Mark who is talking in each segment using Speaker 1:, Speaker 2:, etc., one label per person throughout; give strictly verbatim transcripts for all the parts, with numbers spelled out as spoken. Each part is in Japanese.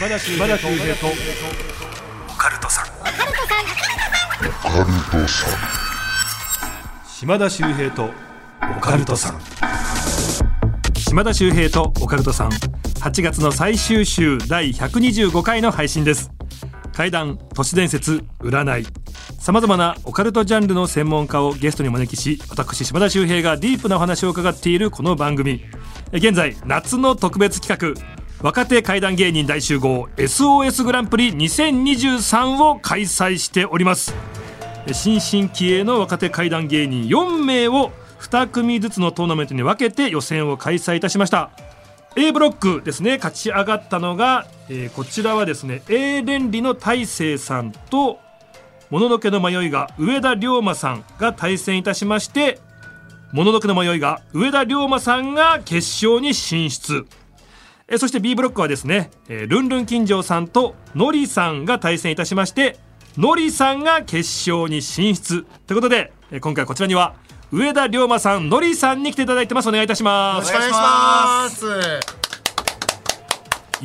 Speaker 1: 島田秀平とオカルトさん島田秀平とオカルトさん島田秀平とオカルトさんはちがつの最終週だいひゃくにじゅうごかいの配信です。怪談、都市伝説、占い、さまざまなオカルトジャンルの専門家をゲストにお招きし、私島田秀平がディープなお話を伺っているこの番組。現在夏の特別企画、若手怪談芸人大集合 エスオーエス グランプリにせんにじゅうさんを開催しております。新進気鋭の若手怪談芸人よんめいをに組ずつのトーナメントに分けて予選を開催いたしました。 A ブロックですね、勝ち上がったのが、えー、こちらはですね A 連理の大成さんともののけの迷いが上田龍馬さんが対戦いたしまして、もののけの迷いが上田龍馬さんが決勝に進出。えそして B ブロックはですね、えー、ルンルン金城さんとのりさんが対戦いたしまして、のりさんが決勝に進出ということで、えー、今回こちらには上田龍馬さん、のりさんに来ていただいてます。お願いいたします。
Speaker 2: よろしくお願いします。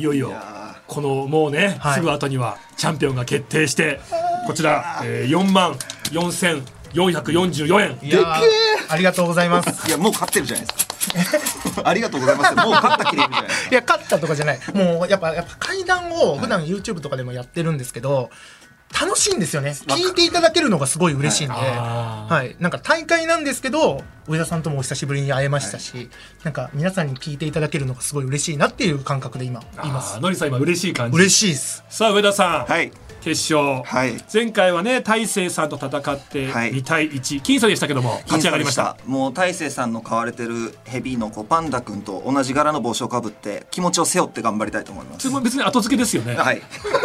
Speaker 1: いよいよこのもうね、はい、すぐ後にはチャンピオンが決定して、こちら、えー、よんまんよんせんよんひゃくよんじゅうよえん。
Speaker 2: いやありがとうございます。
Speaker 3: いやもう勝ってるじゃないですかありがとうございます。もう勝った気でいるじゃないですか。
Speaker 2: いや勝ったとかじゃない、もうやっぱやっぱ怪談を普段 YouTube とかでもやってるんですけど、楽しいんですよね。聞いていただけるのがすごい嬉しいんで、はい、はい、なんか大会なんですけど上田さんともお久しぶりに会えましたし、はい、なんか皆さんに聞いていただけるのがすごい嬉しいなっていう感覚で今います。
Speaker 1: のりさん今嬉しい感じ。
Speaker 2: 嬉しいです。
Speaker 1: さあ上田さん、
Speaker 3: はい、
Speaker 1: 決勝、はい、前回はね大成さんと戦ってにたいいち、僅差でしたけども勝ち上がりました。
Speaker 3: もう大成さんの飼われてるヘビの子パンダ君と同じ柄の帽子をかぶって気持ちを背負って頑張りたいと思います。
Speaker 1: 別に後付けですよね。
Speaker 3: はい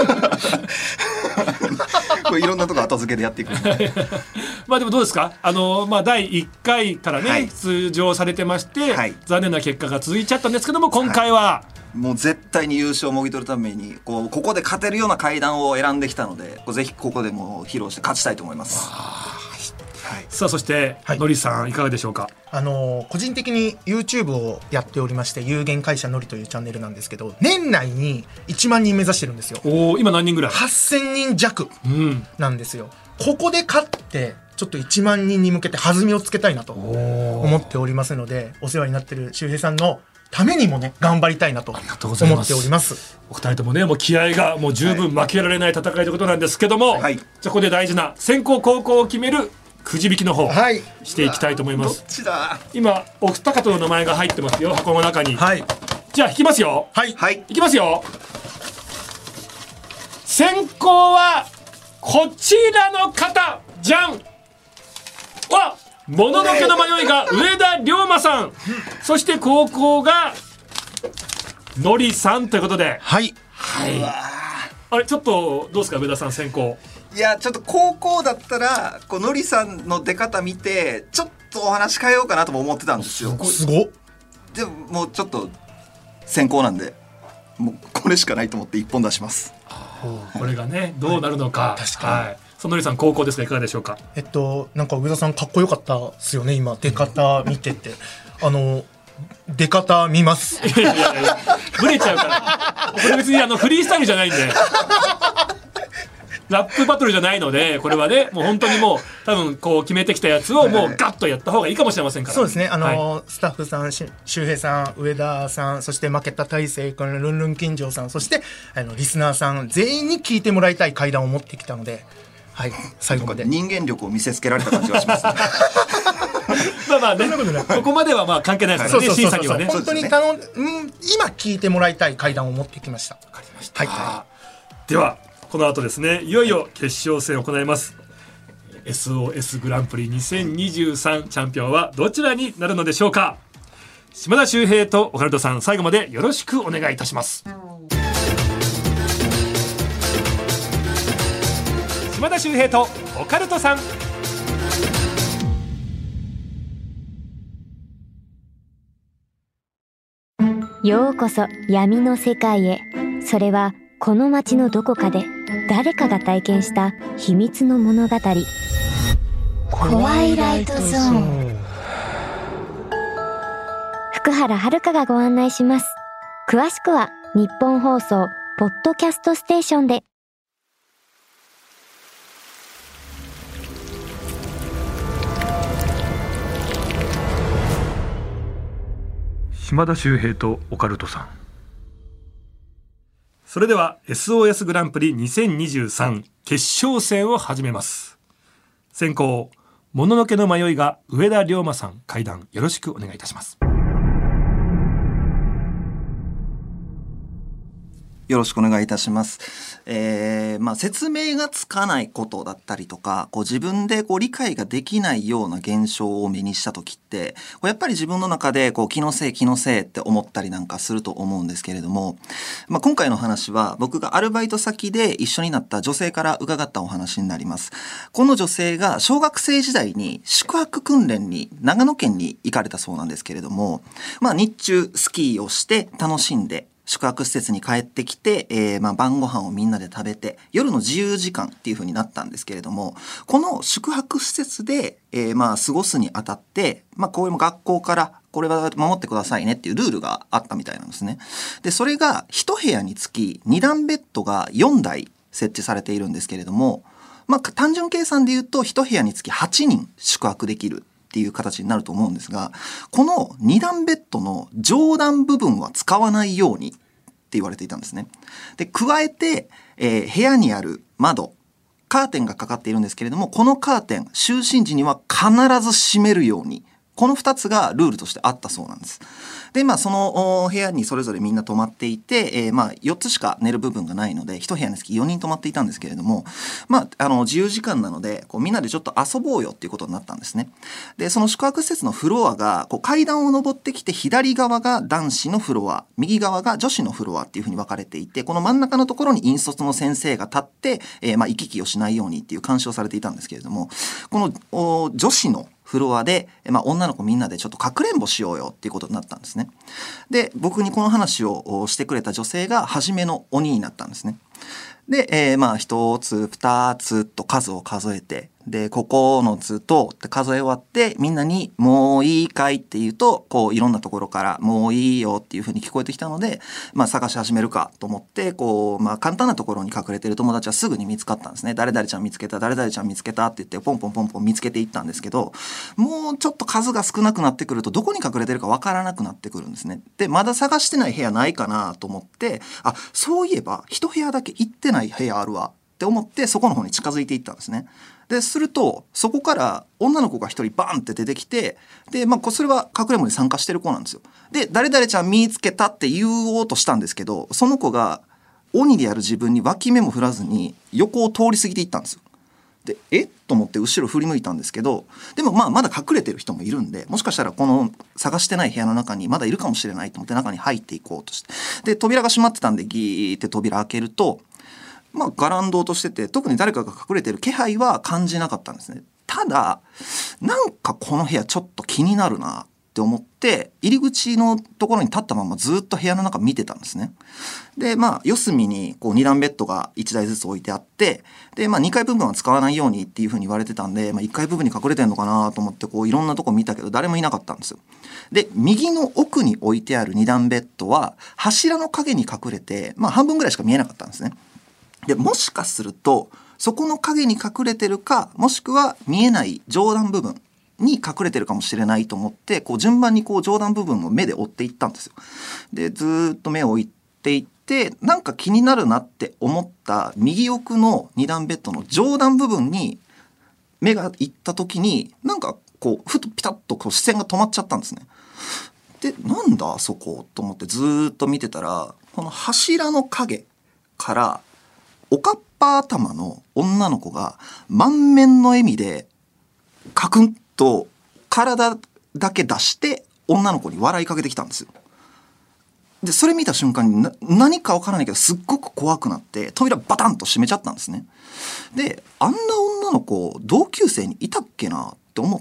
Speaker 3: これいろんなとこ後付けでやっていく
Speaker 1: まあでもどうですか、あの、まあ、だいいっかいからね、はい、出場されてまして、はい、残念な結果が続いちゃったんですけども、今回は、はい、
Speaker 3: もう絶対に優勝をもぎ取るためにこうここで勝てるような怪談を選んできたので、こうぜひここでも披露して勝ちたいと思います。
Speaker 1: はい、さあそして、はい、のりさんいかがでしょうか。
Speaker 2: あの個人的に YouTube をやっておりまして、有限会社のりというチャンネルなんですけど、年内にいちまんにん目指してるんですよ。
Speaker 1: お今何人ぐらい？
Speaker 2: はっせんにん弱なんですよ、うん、ここで勝ってちょっといちまんにんに向けて弾みをつけたいなと思っておりますので、お世話になってる周平さんのためにもね頑張りたいなと思っております。
Speaker 1: お二人ともねもう気合がもう十分負けられない戦いということなんですけども、はい、じゃあここで大事な先攻後攻を決めるくじ引きの方、はい、していきたいと思います。
Speaker 3: どっちだ。
Speaker 1: 今お二方の名前が入ってますよ、箱の中に、はい、じゃあ引きますよ。
Speaker 2: はい、はい、
Speaker 1: いきますよ。先攻はこちらの方じゃんわ、もののけの迷いが上田龍馬さんそして後攻がのりさんということで、
Speaker 2: はい、
Speaker 1: はい、あれちょっとどうですか上田さん先攻。
Speaker 3: いやちょっと高校だったらこうのりさんの出方見てちょっとお話変えようかなとも思ってたんですよ。
Speaker 2: すごっ。
Speaker 3: でももうちょっと先行なんでもうこれしかないと思って一本出します。
Speaker 1: これがねどうなるのか、
Speaker 2: はい、確かに、はい、
Speaker 1: そののりさん高校ですがいかがでしょうか。
Speaker 2: えっとなんか上田さんかっこよかったですよね今出方見ててあの出方見ます
Speaker 1: いやいやいやブレちゃうからこれ別にあのフリースタイルじゃないんでラップバトルじゃないので、これはねもう本当にもう多分こう決めてきたやつをもうガッとやった方がいいかもしれませんから。
Speaker 2: そうですね、あのーはい、スタッフさん周平さん上田さんそして負けた大成君ルンルン金城さんそしてあのリスナーさん全員に聞いてもらいたい怪談を持ってきたので、はい、最後まで
Speaker 3: 人間力を見せつけられた感じがします、ね、
Speaker 1: まあまあねここまではまあ関係ないですからね、審査にはね。
Speaker 2: 本当に頼ん、うん、今聞いてもらいたい怪談を持ってきました。
Speaker 1: わかりました、はい、ではこの後ですねいよいよ決勝戦を行います。 エスオーエス グランプリにせんにじゅうさんチャンピオンはどちらになるのでしょうか。島田秀平とオカルトさん最後までよろしくお願いいたします。島田秀平とオカルトさん。
Speaker 4: ようこそ闇の世界へ。それはこの街のどこかで誰かが体験した秘密の物語。コワイライトゾーン。福原遥がご案内します。詳しくは日本放送ポッドキャストステーションで。
Speaker 1: 島田秀平とオカルトさん。それでは エスオーエス グランプリにせんにじゅうさん決勝戦を始めます。先攻もののけの迷いが上田龍馬さん、回答よろしくお願いいたします。
Speaker 3: よろしくお願いいたします。えーまあ、説明がつかないことだったりとか、こう自分でこう理解ができないような現象を目にした時って、こうやっぱり自分の中でこう気のせい気のせいって思ったりなんかすると思うんですけれども、まあ、今回の話は僕がアルバイト先で一緒になった女性から伺ったお話になります。この女性が小学生時代に宿泊訓練に長野県に行かれたそうなんですけれども、まあ、日中スキーをして楽しんで宿泊施設に帰ってきて、えー、まあ晩ご飯をみんなで食べて夜の自由時間っていう風になったんですけれども、この宿泊施設で、えー、まあ過ごすにあたって、まあこれも学校からこれは守ってくださいねっていうルールがあったみたいなんですね。でそれが一部屋につきに段ベッドがよんだい設置されているんですけれども、まあ単純計算で言うと一部屋につきはちにん宿泊できるっていう形になると思うんですが、このに段ベッドの上段部分は使わないようにって言われていたんですね。で加えて、えー、部屋にある窓カーテンがかかっているんですけれども、このカーテン就寝時には必ず閉めるように、このふたつがルールとしてあったそうなんです。でまあその部屋にそれぞれみんな泊まっていて、えー、まあよっつしか寝る部分がないので一部屋につきよにん泊まっていたんですけれども、まああの自由時間なのでこうみんなでちょっと遊ぼうよっていうことになったんですね。でその宿泊施設のフロアがこう階段を上ってきて、左側が男子のフロア、右側が女子のフロアっていうふうに分かれていて、この真ん中のところに引率の先生が立って、えー、まあ行き来をしないようにっていう監視をされていたんですけれども、この女子のフロアで、まあ、女の子みんなでちょっとかくれんぼしようよっていうことになったんですね。で僕にこの話をしてくれた女性が初めの鬼になったんですね。で、えー、まあ一つ二つと数を数えて、でここのつとって数え終わってみんなにもういいかいって言うと、こういろんなところからもういいよっていう風に聞こえてきたので、まあ探し始めるかと思って、こうまあ簡単なところに隠れてる友達はすぐに見つかったんですね。誰々ちゃん見つけた、誰々ちゃん見つけたって言ってポンポンポンポン見つけていったんですけど、もうちょっと数が少なくなってくるとどこに隠れてるかわからなくなってくるんですね。でまだ探してない部屋ないかなと思って、あそういえば一部屋だけ行ってない部屋あるわって思って、そこの方に近づいていったんですね。でするとそこから女の子が一人バーンって出てきて、で、まあ、それはかくれんぼに参加してる子なんですよ。で誰々ちゃん見つけたって言おうとしたんですけど、その子が鬼である自分に脇目も振らずに横を通り過ぎていったんですよ。でえっと思って後ろ振り向いたんですけど、でもまあまだ隠れてる人もいるんで、もしかしたらこの探してない部屋の中にまだいるかもしれないと思って中に入っていこうとして、で扉が閉まってたんでギーって扉開けると、まあガランドとしてて特に誰かが隠れてる気配は感じなかったんですね。ただなんかこの部屋ちょっと気になるなって思って入り口のところに立ったままずっと部屋の中見てたんですね。でまあ四隅にこうに段ベッドがいちだいずつ置いてあって、でまあにかい部分は使わないようにっていう風に言われてたんで、まあ、いっかい部分に隠れてんのかなと思ってこういろんなとこ見たけど誰もいなかったんですよ。で右の奥に置いてあるに段ベッドは柱の影に隠れて、まあ半分ぐらいしか見えなかったんですね。でもしかするとそこの影に隠れてるか、もしくは見えない上段部分に隠れてるかもしれないと思って、こう順番にこう上段部分を目で追っていったんですよ。でずっと目を置いていって、なんか気になるなって思った右奥のに段ベッドの上段部分に目がいった時に、なんかこうふとピタッとこう視線が止まっちゃったんですね。でなんだあそこと思ってずっと見てたら、この柱の影からおかっぱ頭の女の子が満面の笑みでカクンと体だけ出して女の子に笑いかけてきたんですよ。でそれ見た瞬間にな何かわからないけどすっごく怖くなって扉バタンと閉めちゃったんですね。であんな女の子同級生にいたっけなって思って、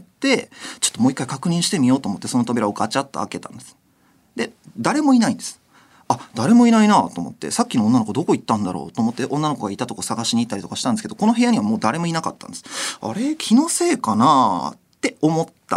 Speaker 3: ちょっともう一回確認してみようと思ってその扉をガチャッと開けたんです。で誰もいないんです。あ誰もいないなと思って、さっきの女の子どこ行ったんだろうと思って女の子がいたとこ探しに行ったりとかしたんですけど、この部屋にはもう誰もいなかったんです。あれ気のせいかなって思った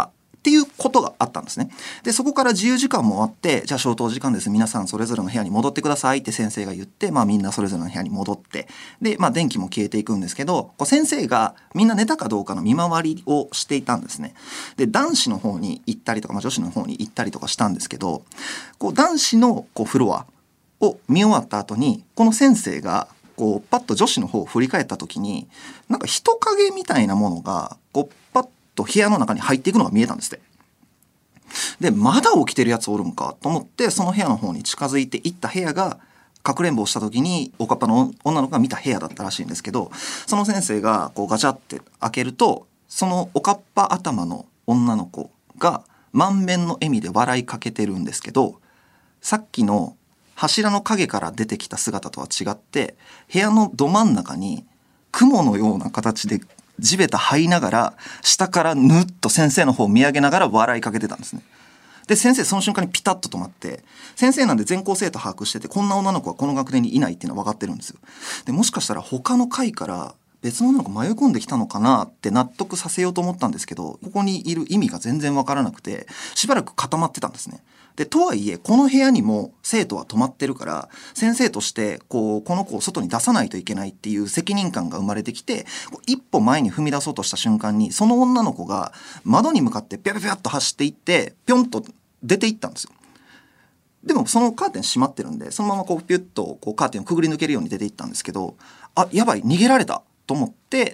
Speaker 3: っていうことがあったんですね。でそこから自由時間もあって、じゃあ消灯時間です、皆さんそれぞれの部屋に戻ってくださいって先生が言って、まあ、みんなそれぞれの部屋に戻って、で、まあ、電気も消えていくんですけど、こう先生がみんな寝たかどうかの見回りをしていたんですね。で男子の方に行ったりとか、まあ、女子の方に行ったりとかしたんですけど、こう男子のこうフロアを見終わった後にこの先生がこうパッと女子の方を振り返った時に、なんか人影みたいなものがこうパッと部屋の中に入っていくのが見えたんですって。でまだ起きてるやつおるんかと思って、その部屋の方に近づいていった部屋が、かくれんぼをした時におかっぱの女の子が見た部屋だったらしいんですけど、その先生がこうガチャって開けると、そのおかっぱ頭の女の子が満面の笑みで笑いかけてるんですけど、さっきの柱の影から出てきた姿とは違って、部屋のど真ん中に雲のような形で地べた這いながら、下からぬっと先生の方を見上げながら笑いかけてたんですね。で先生その瞬間にピタッと止まって、先生なんで全校生徒把握してて、こんな女の子はこの学年にいないっていうのは分かってるんですよ。でもしかしたら他の階から別の女の子迷い込んできたのかなって納得させようと思ったんですけど、ここにいる意味が全然分からなくて、しばらく固まってたんですね。でとはいえこの部屋にも生徒は泊まってるから、先生としてこうこの子を外に出さないといけないっていう責任感が生まれてきて、一歩前に踏み出そうとした瞬間に、その女の子が窓に向かってピャピャピャっと走っていって、ピョンと出ていったんですよ。でもそのカーテン閉まってるんで、そのままこうピュッとこうカーテンをくぐり抜けるように出ていったんですけど、あやばい逃げられたと思って、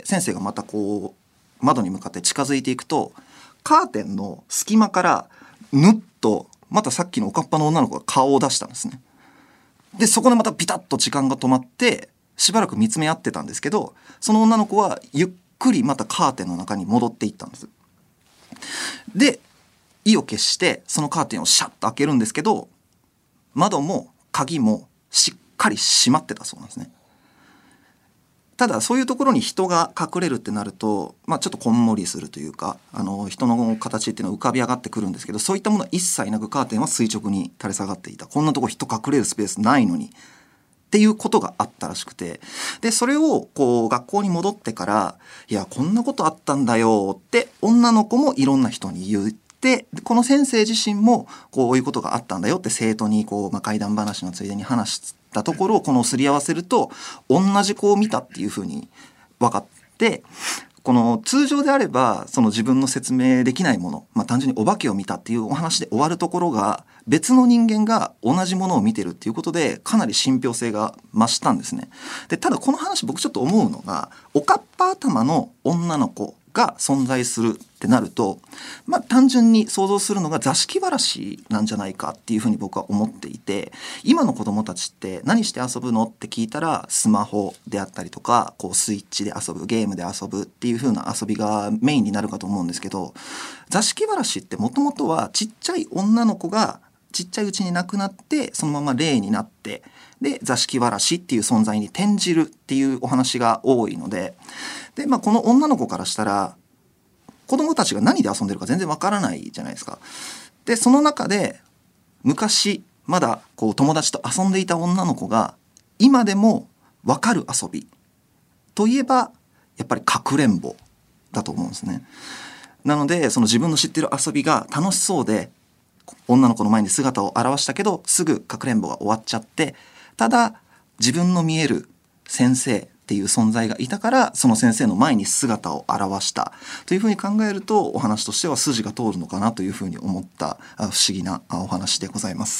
Speaker 3: 先生がまたこう窓に向かって近づいていくと、カーテンの隙間からぬっとまたさっきのおかっぱの女の子が顔を出したんですね。でそこでまたピタッと時間が止まって、しばらく見つめ合ってたんですけど、その女の子はゆっくりまたカーテンの中に戻っていったんです。で意を決してそのカーテンをシャッと開けるんですけど、窓も鍵もしっかり閉まってたそうなんですね。ただそういうところに人が隠れるってなると、まあ、ちょっとこんもりするというか、あの人の形っていうのは浮かび上がってくるんですけど、そういったものは一切なく、カーテンは垂直に垂れ下がっていた。こんなとこ人隠れるスペースないのにっていうことがあったらしくて、でそれをこう学校に戻ってから、いやこんなことあったんだよって女の子もいろんな人に言って、この先生自身もこういうことがあったんだよって生徒にこう、まあ、怪談話のついでに話したところ、このすり合わせると同じ子を見たっていうふうに分かって、この通常であればその自分の説明できないもの、まあ、単純にお化けを見たっていうお話で終わるところが、別の人間が同じものを見てるっていうことでかなり信憑性が増したんですね。でただこの話僕ちょっと思うのが、おかっぱ頭の女の子が存在するってなると、まあ、単純に想像するのが座敷わらしなんじゃないかっていうふうに僕は思っていて、今の子どもたちって何して遊ぶのって聞いたら、スマホであったりとか、こうスイッチで遊ぶ、ゲームで遊ぶっていうふうな遊びがメインになるかと思うんですけど、座敷わらしってもともとはちっちゃい女の子がちっちゃいうちに亡くなって、そのまま霊になって、で座敷わらしっていう存在に転じるっていうお話が多いので、で、まあ、この女の子からしたら子供たちが何で遊んでるか全然わからないじゃないですか。でその中で昔まだこう友達と遊んでいた女の子が今でもわかる遊びといえば、やっぱりかくれんぼだと思うんですね。なのでその自分の知ってる遊びが楽しそうで、女の子の前に姿を現したけどすぐかくれんぼが終わっちゃって、ただ自分の見える先生っていう存在がいたから、その先生の前に姿を現したというふうに考えると、お話としては筋が通るのかなというふうに思った不思議なお話でございます。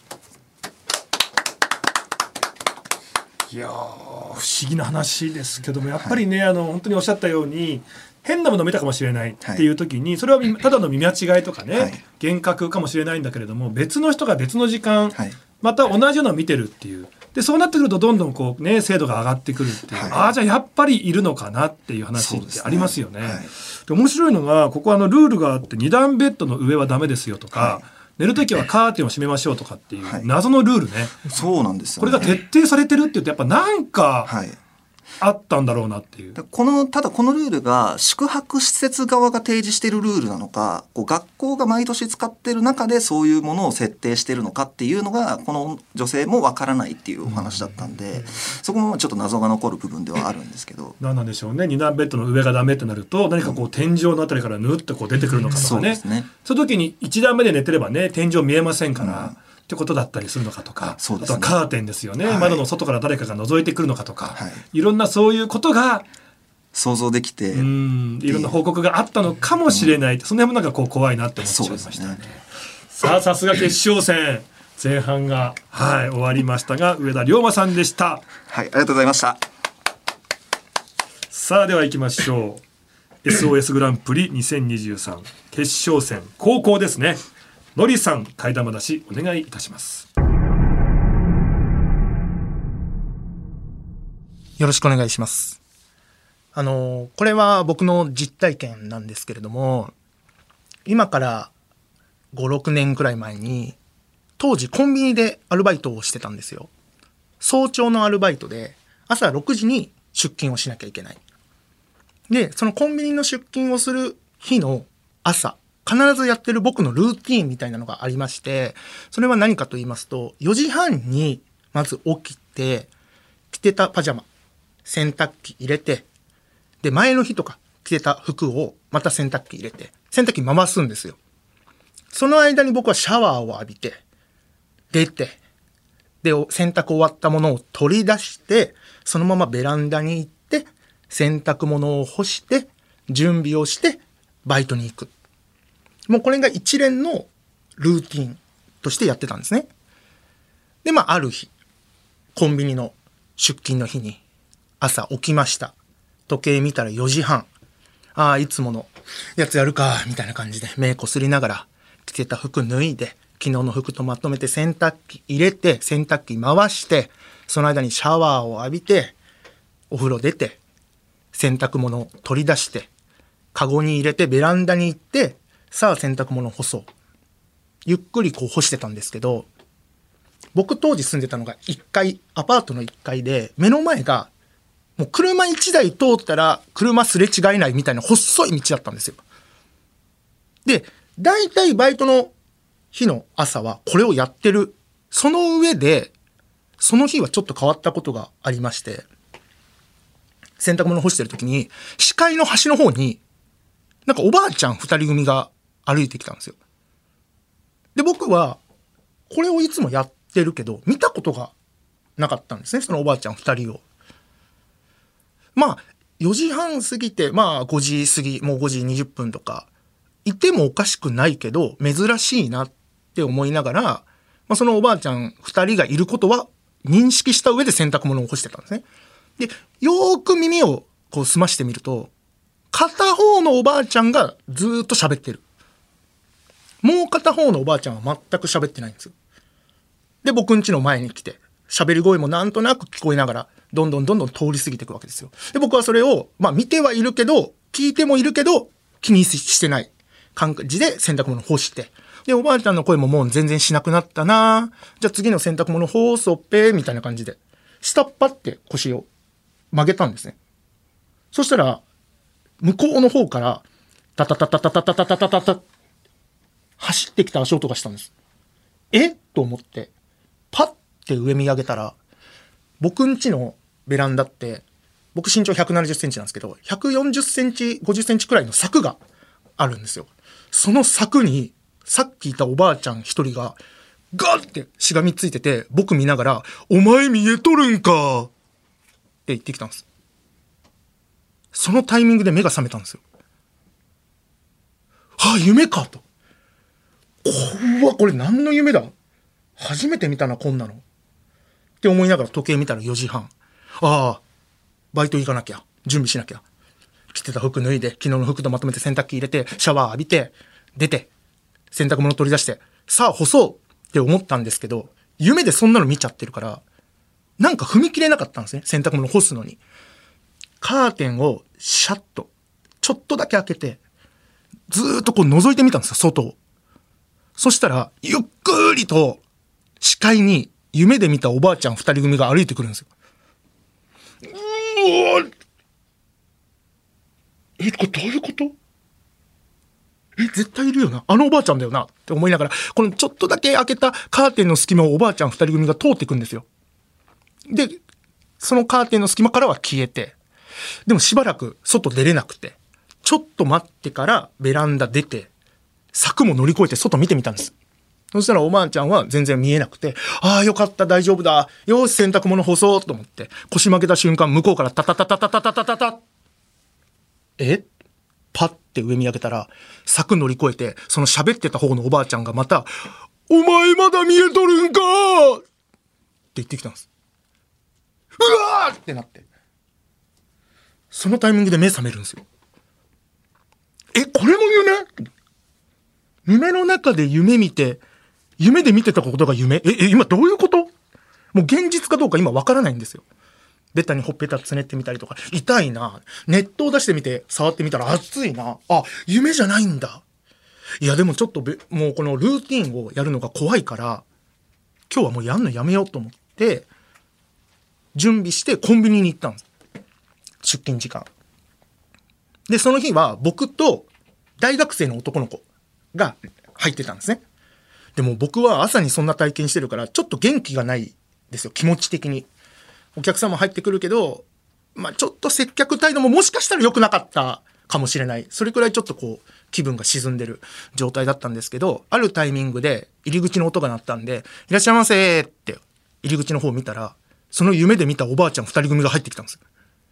Speaker 1: いやー不思議な話ですけども、やっぱりね、はい、あの本当におっしゃったように変なものを見たかもしれないっていう時に、はい、それはただの見間違いとかね、はい、幻覚かもしれないんだけれども、別の人が別の時間、はい、また同じようなのを見てるっていう、でそうなってくるとどんどんこう、ね、精度が上がってくるっていう、はい、ああじゃあやっぱりいるのかなっていう話ってありますよね。で、はい、で面白いのが、ここはあのルールがあって、に段ベッドの上はダメですよとか、はい、寝るときはカーテンを閉めましょうとかっていう謎のルールね、はい、
Speaker 3: そうなんですよね。
Speaker 1: これが徹底されてるって言うとやっぱなんか、はい、 あったんだろうなっていう。
Speaker 3: このただこのルールが宿泊施設側が提示しているルールなのか、こう学校が毎年使っている中でそういうものを設定しているのかっていうのがこの女性もわからないっていうお話だったんで、そこもちょっと謎が残る部分ではあるんですけど、
Speaker 1: 何なんでしょうね。に段ベッドの上がダメってなると何かこう天井のあたりからぬっとこう出てくるのかとかね、
Speaker 3: そうですね。
Speaker 1: その時にいち段目で寝てればね天井見えませんから、うんってことだったりするのかとか、
Speaker 3: そうですね、
Speaker 1: あとはカーテンですよね、
Speaker 3: はい、
Speaker 1: 窓の外から誰かが覗いてくるのかとか、
Speaker 3: はい、
Speaker 1: いろんなそういうことが
Speaker 3: 想像できて、
Speaker 1: うん、いろんな報告があったのかもしれない、うん、その辺もなんかこう怖いなって思っちゃいましたね。さあさすが決勝戦前半が、はい、終わりましたが上田龍馬さんでした。
Speaker 3: はい、ありがとうございました。
Speaker 1: さあでは行きましょうエスオーエス グランプリにせんにじゅうさん決勝戦後攻ですね。のりさん替え玉出しお願いいたします。
Speaker 2: よろしくお願いします。あのこれは僕の実体験なんですけれども、今からごろくねんくらい前に当時コンビニでアルバイトをしてたんですよ。早朝のアルバイトで朝ろくじに出勤をしなきゃいけない。でそのコンビニの出勤をする日の朝必ずやってる僕のルーティーンみたいなのがありまして、それは何かと言いますと、よじはんにまず起きて、着てたパジャマ、洗濯機入れて、で、前の日とか着てた服をまた洗濯機入れて、洗濯機回すんですよ。その間に僕はシャワーを浴びて、出て、で、洗濯終わったものを取り出して、そのままベランダに行って、洗濯物を干して、準備をして、バイトに行く。もうこれが一連のルーティンとしてやってたんですね。で、まあ、ある日、コンビニの出勤の日に朝起きました。時計見たらよじはん。ああ、いつものやつやるか、みたいな感じで目こすりながら着てた服脱いで、昨日の服とまとめて洗濯機入れて、洗濯機回して、その間にシャワーを浴びて、お風呂出て、洗濯物を取り出して、カゴに入れてベランダに行って、さあ洗濯物干そう。ゆっくりこう干してたんですけど、僕当時住んでたのがいっかい、アパートのいっかいで、目の前がもう車いちだい通ったら車すれ違えないみたいな細い道だったんですよ。で、だいたいバイトの日の朝はこれをやってる。その上で、その日はちょっと変わったことがありまして、洗濯物干してる時に、視界の端の方に、なんかおばあちゃん二人組が歩いてきたんですよ。で、僕は、これをいつもやってるけど、見たことがなかったんですね、そのおばあちゃん二人を。まあ、よじはん過ぎて、まあごじ過ぎ、もうごじにじゅっぷんとか、いてもおかしくないけど、珍しいなって思いながら、まあ、そのおばあちゃん二人がいることは認識した上で洗濯物を干してたんですね。で、よーく耳をこう澄ましてみると、片方のおばあちゃんがずーっと喋ってる。もう片方のおばあちゃんは全く喋ってないんですよ。で、僕ん家の前に来て、喋り声もなんとなく聞こえながら、どんどんどんどん通り過ぎていくわけですよ。で、僕はそれを、まあ見てはいるけど、聞いてもいるけど、気にしてない感じで洗濯物干して、で、おばあちゃんの声ももう全然しなくなったな。じゃあ次の洗濯物干そっぺーみたいな感じで、下っ端って腰を曲げたんですね。そしたら、向こうの方から、タタタタタタタタタタタタ、走ってきた足音がしたんです。えと思って、パッて上見上げたら、僕ん家のベランダって、僕身長ひゃくななじゅっセンチなんですけど、ひゃくよんじゅっセンチ、ごじゅっセンチくらいの柵があるんですよ。その柵に、さっきいたおばあちゃん一人が、ガーってしがみついてて、僕見ながら、お前見えとるんかって言ってきたんです。そのタイミングで目が覚めたんですよ。はあ、夢かと。こわ、これ何の夢だ？初めて見たな、こんなの。って思いながら時計見たらよじはん。ああ、バイト行かなきゃ。準備しなきゃ。着てた服脱いで、昨日の服とまとめて洗濯機入れて、シャワー浴びて、出て、洗濯物取り出して、さあ干そうって思ったんですけど、夢でそんなの見ちゃってるから、なんか踏み切れなかったんですね。洗濯物干すのに。カーテンをシャッと、ちょっとだけ開けて、ずーっとこう覗いてみたんですよ、外を。そしたら、ゆっくりと視界に夢で見たおばあちゃん二人組が歩いてくるんですよ。うーえこれどういうこと？え絶対いるよな、あのおばあちゃんだよなって思いながら、このちょっとだけ開けたカーテンの隙間をおばあちゃんふたり組が通っていくんですよ。でそのカーテンの隙間からは消えて、でもしばらく外出れなくて、ちょっと待ってからベランダ出て柵も乗り越えて外見てみたんです。そしたらおばあちゃんは全然見えなくて、ああよかった大丈夫だ、よし洗濯物干そうと思って腰曲げた瞬間、向こうからタタタタタタタタタタ、えパッて上見上げたら、柵乗り越えてその喋ってた方のおばあちゃんがまた、お前まだ見えとるんかって言ってきたんです。うわーってなって、そのタイミングで目覚めるんですよ。えこれも夢？夢の中で夢見て、夢で見てたことが夢？え、え今どういうこと？もう現実かどうか今わからないんですよ。ベタにほっぺたつねってみたりとか、痛いな、熱湯出してみて触ってみたら熱いな、あ夢じゃないんだ。いやでもちょっとべもうこのルーティンをやるのが怖いから、今日はもうやんのやめようと思って準備してコンビニに行ったんです、出勤時間で。その日は僕と大学生の男の子が入ってたんですね。でも僕は朝にそんな体験してるからちょっと元気がないですよ、気持ち的に。お客さんも入ってくるけど、まあ、ちょっと接客態度ももしかしたら良くなかったかもしれない、それくらいちょっとこう気分が沈んでる状態だったんですけど、あるタイミングで入り口の音が鳴ったんで、いらっしゃいませって入り口の方を見たら、その夢で見たおばあちゃんふたり組が入ってきたんですよ。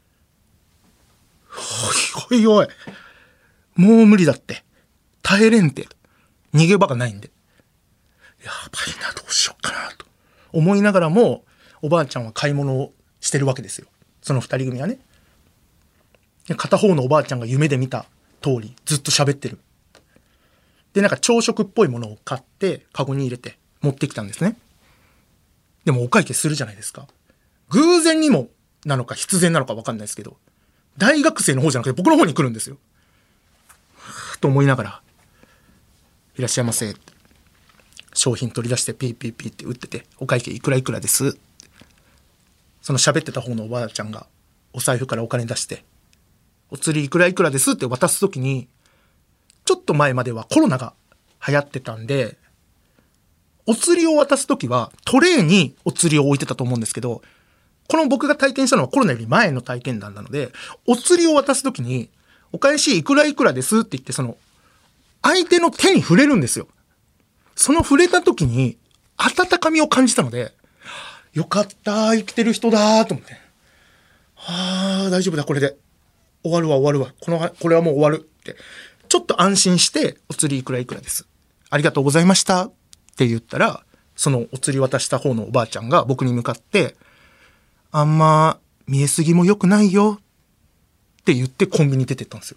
Speaker 2: おいおいおいもう無理だって、耐えれんって、逃げ場がないんで、やばいな、どうしようかなと思いながらも、おばあちゃんは買い物をしてるわけですよ、そのふたり組はね。で片方のおばあちゃんが夢で見た通りずっと喋ってる。でなんか朝食っぽいものを買ってカゴに入れて持ってきたんですね。でもお会計するじゃないですか。偶然にもなのか必然なのか分かんないですけど、大学生の方じゃなくて僕の方に来るんですよ。と思いながら、いらっしゃいませって商品取り出してピーピーピーって打ってて、お会計いくらいくらです。その喋ってた方のおばあちゃんがお財布からお金出して、お釣りいくらいくらですって渡すときに、ちょっと前まではコロナが流行ってたんで、お釣りを渡すときはトレーにお釣りを置いてたと思うんですけど、この僕が体験したのはコロナより前の体験談なので、お釣りを渡すときにお返しいくらいくらですって言って、その相手の手に触れるんですよ。その触れたときに温かみを感じたので、よかった生きてる人だと思って、はあ大丈夫だ、これで終わるわ終わるわ、このこれはもう終わるってちょっと安心して、お釣りいくらいくらです、ありがとうございましたって言ったら、そのお釣り渡した方のおばあちゃんが僕に向かって、あんま見えすぎも良くないよって言ってコンビニ出てったんですよ。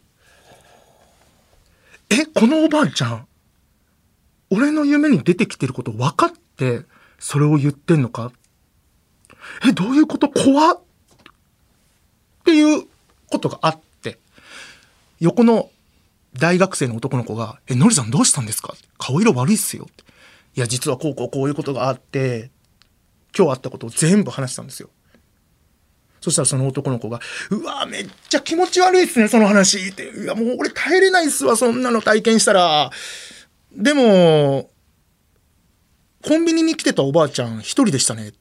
Speaker 2: えこのおばあちゃん俺の夢に出てきてること分かってそれを言ってんのか、えどういうこと、怖っっていうことがあって、横の大学生の男の子が、えのりさんどうしたんですか、顔色悪いっすよって、いや実はこうこうこういうことがあって、今日あったことを全部話したんですよ。そしたらその男の子が、うわめっちゃ気持ち悪いっすねその話って、いやもう俺耐えれないっすわそんなの体験したら、でもコンビニに来てたおばあちゃん一人でしたね。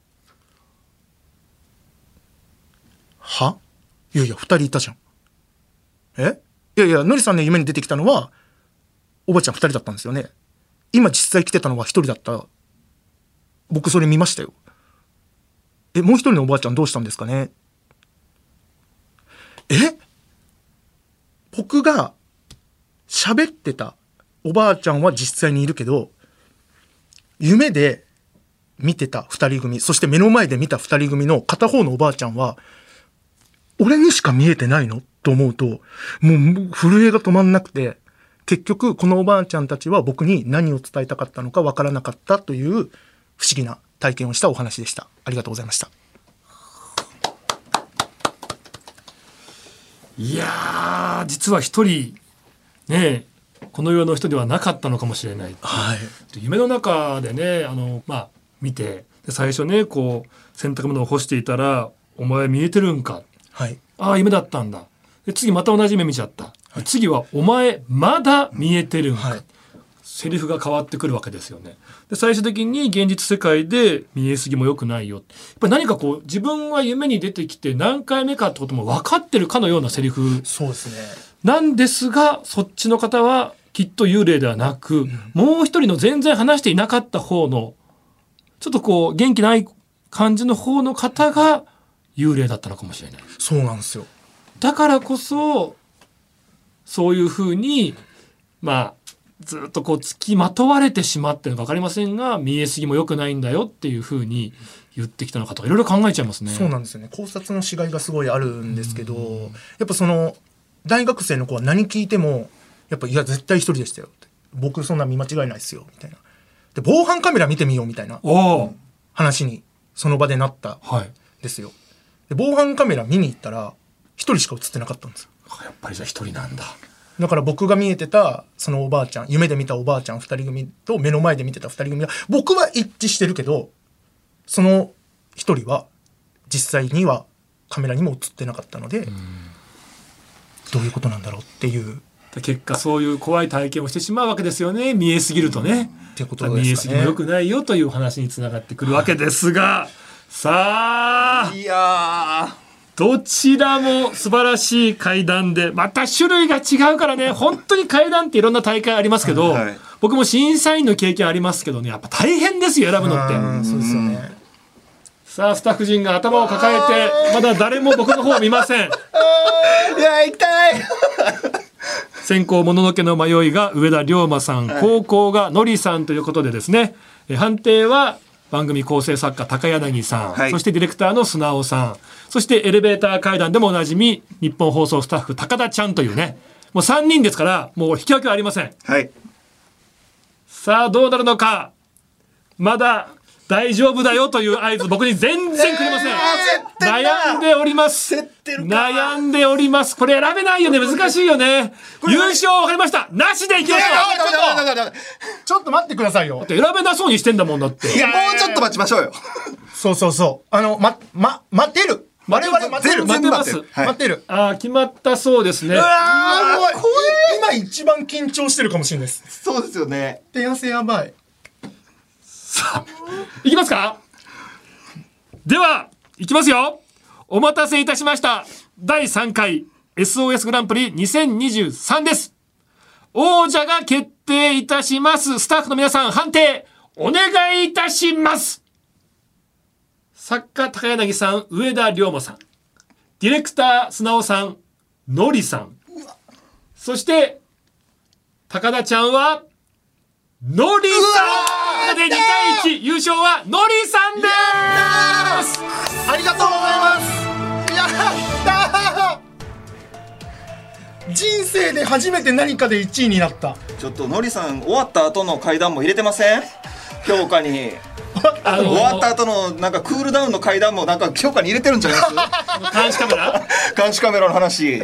Speaker 2: はいやいや二人いたじゃん。えいやいやのりさんの夢に出てきたのはおばあちゃん二人だったんですよね。今実際来てたのは一人だった。僕それ見ましたよ。えもう一人のおばあちゃんどうしたんですかね。え僕が喋ってたおばあちゃんは実際にいるけど、夢で見てた二人組、そして目の前で見た二人組の片方のおばあちゃんは俺にしか見えてないのと思うと、もう震えが止まんなくて、結局このおばあちゃんたちは僕に何を伝えたかったのかわからなかったという不思議な体験をしたお話でした。ありがとうございました。
Speaker 1: いやー実は一人ねこの世の人ではなかったのかもしれない、
Speaker 2: はい、
Speaker 1: 夢の中でねあの、まあ、見てで最初ねこう洗濯物を干していたらお前見えてるんか、
Speaker 2: はい、
Speaker 1: ああ夢だったんだ。で次また同じ夢見ちゃった、はい、次はお前まだ見えてるんか、はい、セリフが変わってくるわけですよね。で最終的に現実世界で見えすぎも良くないよ。やっぱり何かこう自分は夢に出てきて何回目かってことも分かってるかのようなセリフ
Speaker 2: そうですね
Speaker 1: なんですが、そっちの方はきっと幽霊ではなく、うん、もう一人の全然話していなかった方のちょっとこう元気ない感じの方の方が幽霊だったのかもしれない。
Speaker 2: そうなんですよ。
Speaker 1: だからこそそういうふうにまあずっとこう付きまとわれてしまってるのか分かりませんが、見えすぎも良くないんだよっていうふうに言ってきたのかとかいろいろ考えちゃいますね。
Speaker 2: そうなんですよね。考察のしがいがすごいあるんですけど、やっぱその大学生の子は何聞いてもやっぱいや絶対一人でしたよって、僕そんな見間違いないですよみたいな、で防犯カメラ見てみようみたいな話にその場でなったんですよ、はい、で防犯カメラ見に行ったら一人しか映ってなかったんですよ。
Speaker 1: やっぱりじゃあ一人なんだ。
Speaker 2: だから僕が見えてたそのおばあちゃん、夢で見たおばあちゃんふたり組と目の前で見てたふたり組は僕は一致してるけど、その一人は実際にはカメラにも映ってなかったので、どういうことなんだろうっていう、
Speaker 1: 結果そういう怖い体験をしてしまうわけですよね、見えすぎるとね、
Speaker 2: っていうことですかね。
Speaker 1: 見えすぎも良くないよという話につながってくるわけですが、はい、さあ
Speaker 3: いやー
Speaker 1: どちらも素晴らしい怪談で、また種類が違うからね、本当に怪談っていろんな大会ありますけど、はい、僕も審査員の経験ありますけどね、やっぱ大変ですよ選ぶのって。
Speaker 2: そうですよね。
Speaker 1: さあスタッフ陣が頭を抱えてまだ誰も僕の方を見ません。い
Speaker 3: や痛い
Speaker 1: 先行もののけの迷いが上田龍馬さん、はい、後攻がのりさんということでですね、判定は番組構成作家高柳さん、はい、そしてディレクターの砂尾さん、そしてエレベーター階段でもおなじみ日本放送スタッフ高田ちゃんというね、もうさんにんですからもう引き分けはありません、
Speaker 3: はい、
Speaker 1: さあどうなるのか。まだ大丈夫だよという合図僕に全然くれません、えー、悩んでおります。悩んでおります。これ選べないよね、難しいよね。優勝分かりました、なしでいきましょう。
Speaker 2: ちょっと待ってくださいよ。
Speaker 1: だって選べなそうにしてんだもん。だって
Speaker 3: いやもうちょっと待ちましょうよ。
Speaker 2: そうそうそう、あのまま待てる、我々待てる、
Speaker 1: 待てます、
Speaker 2: はい、待てる。
Speaker 1: あ決まったそうですね。うわ
Speaker 2: ー怖い、今一番緊張してるかもしれないです。
Speaker 3: そうですよね。
Speaker 2: 手汗やばい。
Speaker 1: さあいきますか。ではいきますよ。お待たせいたしました。だいさんかい エスオーエス グランプリにせんにじゅうさんです。王者が決定いたします。スタッフの皆さん判定お願いいたします。作家高柳さん、上田龍馬さん、ディレクター砂尾さん、のりさん、そして高田ちゃんはのりさんでにたいいち、優勝はのりさんです。
Speaker 2: ありがとうございます。やったー、人生で初めて何かでいちいになった。
Speaker 3: ちょっとのりさん終わった後の階段も入れてません？評価にあのー、終わった後のなんかクールダウンの階段もなんか評価に入れてるんじゃないです
Speaker 1: 監視カメラ
Speaker 3: 監視カメラの話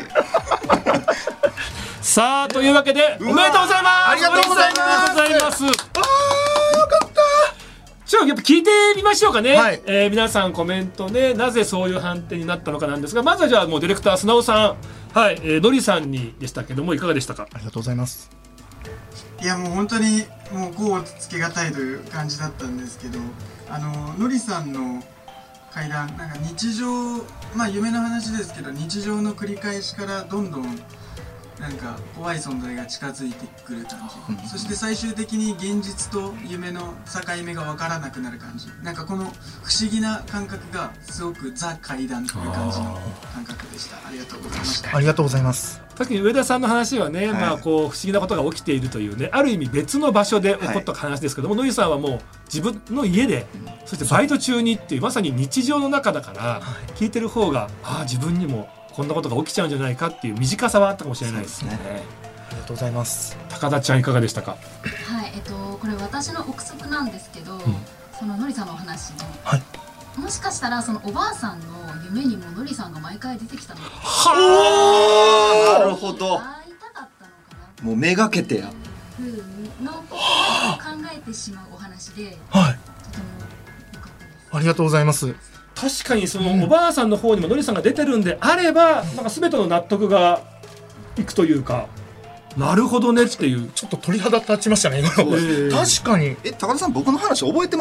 Speaker 1: さあというわけでおめでとうございます。
Speaker 2: ありがとうございます。
Speaker 1: あーよかった。ちょっとやっぱ聞いてみましょうかね、はい、えー、皆さんコメントでなぜそういう判定になったのかなんですが、まずはじゃあもうディレクター砂尾さん、はい、えー、のりさんにでしたけどもいかがでしたか？
Speaker 2: ありがとうございます。
Speaker 5: いやもう本当にもうこうつけがたいという感じだったんですけど、あののりさんの怪談なんか日常、まあ夢の話ですけど日常の繰り返しからどんどんなんか怖い存在が近づいてくる感じ、そして最終的に現実と夢の境目が分からなくなる感じ、なんかこの不思議な感覚がすごくザ怪談という感じの感覚でした。ありがとうございました。
Speaker 2: ありがとうございます。
Speaker 1: 確かに上田さんの話はね、はい、まあこう不思議なことが起きているというね、ある意味別の場所で起こった話ですけども、はい、のりさんはもう自分の家で、そしてバイト中にっていうまさに日常の中だから、はい、聞いてる方がああ自分にもこんなことが起きちゃうんじゃないかっていう短さはあったかもしれないですね。
Speaker 2: そうですね。ありがとうございます。
Speaker 1: 高田ちゃんいかがでしたか？
Speaker 6: はい、えっとこれ私の憶測なんですけど、うん、そののりさんのお話の、
Speaker 2: はい、
Speaker 6: もしかしたらそのおばあさんの夢にものりさんが毎回出てきたのか、
Speaker 3: はあ、なるほど。
Speaker 6: 会いたかったのかな。
Speaker 3: もうめがけてや。
Speaker 6: ふうの考えてしまうお話で、
Speaker 2: はい。
Speaker 6: とても良かったです。
Speaker 2: ありがとうございます。
Speaker 1: 確かにそのおばあさんの方にものりさんが出てるんであれば、なんか全ての納得がいくというか、なるほどねっていう。
Speaker 2: ちょっと鳥肌立ちましたね今の。確かに。
Speaker 3: え、高田さん僕の話覚えてます？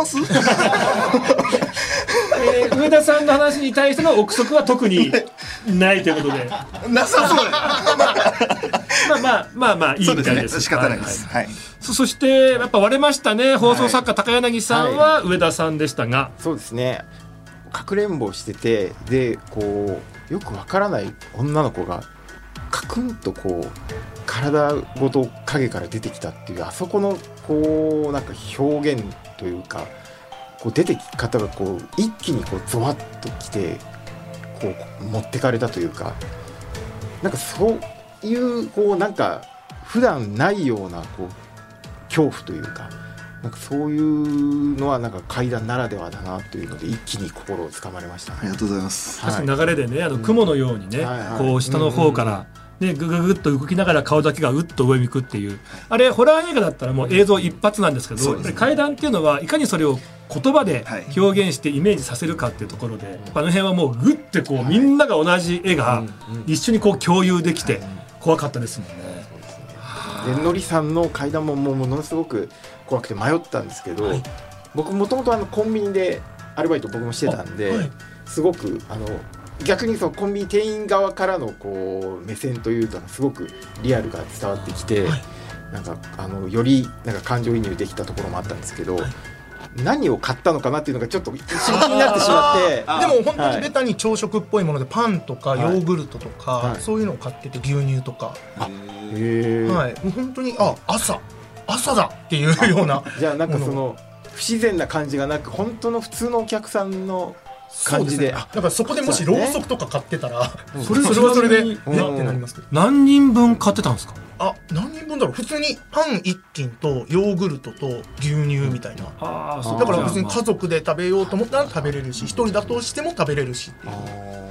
Speaker 1: えー、上田さんの話に対しての憶測は特にないということで
Speaker 3: なさそうだ
Speaker 1: まあまあまあまあいいみたいです。
Speaker 3: 仕方ないです。はい。
Speaker 1: そ, そしてやっぱ割れましたね。放送作家高柳さんは上田さんでしたが、はい、
Speaker 7: そうですね。かくれんぼしてて、でこうよくわからない女の子がカクンとこう体ごと影から出てきたっていう、あそこのこうなんか表現というか、こう出てき方がこう一気にこうゾワッときてこう持ってかれたというか、なんかそういうこうなんか普段ないようなこう恐怖というか、なんかそういうのはなんか怪談ならではだなというので一気に心をつかまれましたね。
Speaker 3: ありがとうございます。
Speaker 1: 確かに流れでね、あの雲のようにね、うん、こう下の方から、うんうんね、ぐぐぐっと動きながら顔だけがうっと上向くっていう、あれホラー映画だったらもう映像一発なんですけど、ね、怪談っていうのはいかにそれを言葉で表現してイメージさせるかっていうところで、はい、あの辺はもうグッてこう、はい、みんなが同じ絵が一緒にこう共有できて怖かったですもんね。
Speaker 7: でのりさんの怪談ももうものすごく怖くて迷ったんですけど、はい、僕もともとコンビニでアルバイト僕もしてたんで、はい、すごくあの逆にそのコンビニ店員側からのこう目線というかすごくリアルが伝わってきて、はい、なんかあのよりなんか感情移入できたところもあったんですけど、はい、何を買ったのかなっていうのがちょっと一瞬気になってしまって
Speaker 2: でも本当にベタに朝食っぽいものでパンとかヨーグルトとか、はいはい、そういうのを買ってて、牛乳とか、あへ、はい、もう本当にあ朝朝だっていうような
Speaker 7: じゃあなんかその不自然な感じがなく本当の普通のお客さんの感じで、
Speaker 2: だからそこでもしろうそくとか買ってたら、ね、それそれはそれでねってなりますけど、
Speaker 1: 何人分買ってたんですか？
Speaker 2: あ、何人分だろう。普通にパンいっきんとヨーグルトと牛乳みたいな、うん、あだから別に家族で食べようと思ったら食べれるし、一人だとしても食べれるしっていう。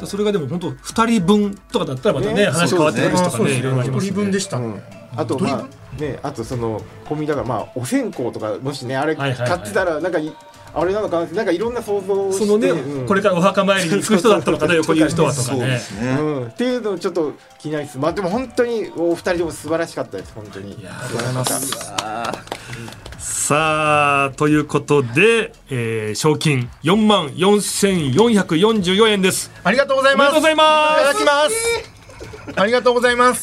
Speaker 1: それがでも本当ふたりぶんとかだったらまたね、話変わってくるしとかね、いろいろありますね。
Speaker 2: ひとりぶんでしたね、うん、
Speaker 7: あと、まあね、あとそのコンビニだからまあお線香とかもしねあれ買ってたらなんかあれなのかなって、なんかいろんな想像をして、そのね、
Speaker 1: うん、これからお墓参りに行く人だったのかな横にいる人はとかね、
Speaker 7: うん、っていうのをちょっと気になりつつ、まあでも本当にお二人とも素晴らしかったです。本当に。いや、ありがとうございます。
Speaker 1: さあということで、えー、賞金よんまんよんせんよんひゃくよんじゅうよんえんです。
Speaker 2: ありがとうございます。
Speaker 1: ありがとうございます。
Speaker 2: いただきます。ありがとうございます。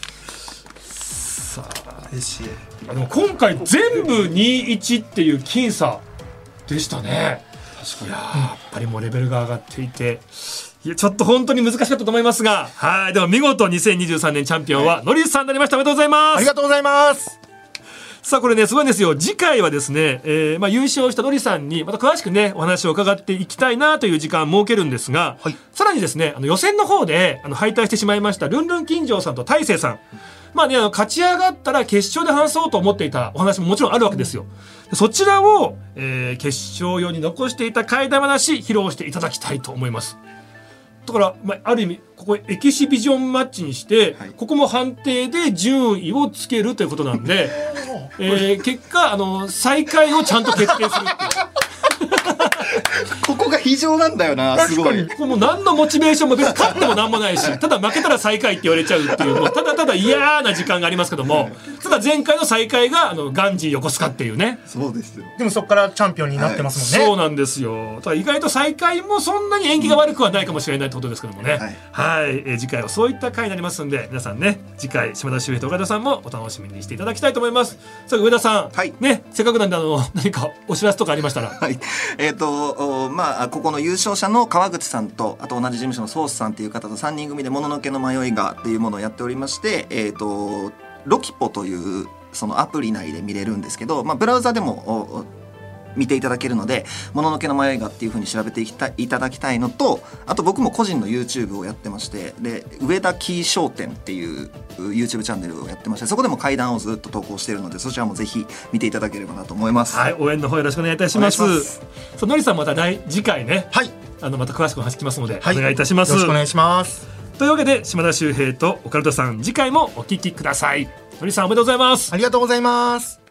Speaker 1: さあ嬉しい。あの今回全部にじゅういちっていう僅差でしたね。確かに。いややっぱりもうレベルが上がっていて、いやちょっと本当に難しかったと思いますが、はい、でも見事にせんにじゅうさんねんチャンピオンはのりさんになりました。おめでとうございます。
Speaker 2: ありがとうございます。
Speaker 1: さあこれねすごいんですよ。次回はですね、えーまあ、優勝したのりさんにまた詳しくねお話を伺っていきたいなという時間を設けるんですが、はい、さらにですねあの予選の方であの敗退してしまいましたルンルン金城さんと大勢さん、まあね、あの勝ち上がったら決勝で話そうと思っていたお話ももちろんあるわけですよ。そちらを、えー、決勝用に残していた怪談話披露していただきたいと思います。だから、まあ、ある意味ここエキシビジョンマッチにして、はい、ここも判定で順位をつけるということなんで、えー、結果あの最下位をちゃんと決定するっていう
Speaker 3: ここが非常なんだよな。すごい。
Speaker 1: これもう何のモチベーションも別に勝っても何もないし、ただ負けたら最下位って言われちゃうっていう、もうただただ嫌な時間がありますけども、ただ前回の最下位があのガンジー横須賀っていうね。
Speaker 3: そうですよ。
Speaker 2: でもそこからチャンピオンになってますもんね。
Speaker 1: はい、そうなんですよ。ただ意外と最下位もそんなに縁起が悪くはないかもしれないってことですけどもね。はい。はい、えー、次回はそういった回になりますんで、皆さんね次回島田秀平と岡田さんもお楽しみにしていただきたいと思います。さあ上田さん、はい、ねせっかくなんであの何かお知らせとかありましたら。
Speaker 3: はい。えっ、ー、とまあここの優勝者の川口さんとあと同じ事務所のソースさんという方とさんにん組でもののけの迷いがっていうものをやっておりまして、えー、とロキポというそのアプリ内で見れるんですけど、まあ、ブラウザでも見ていただけるのでもののけの迷いがっていう風に調べていたいただきたいのと、あと僕も個人の YouTube をやってまして、で上田キー商店っていう YouTube チャンネルをやってまして、そこでも怪談をずっと投稿しているのでそちらもぜひ見ていただければなと思います。
Speaker 1: はい、応援の方よろしくお願いいたします。そう、のりさんまた来次回ね、はい、あのまた詳しくお話聞きますので、はい、お願いいたします。
Speaker 2: よろしくお願いします。
Speaker 1: というわけで島田秀平とオカルトさん次回もお聞きください。のりさんおめでとうございます。
Speaker 2: ありがとうございます。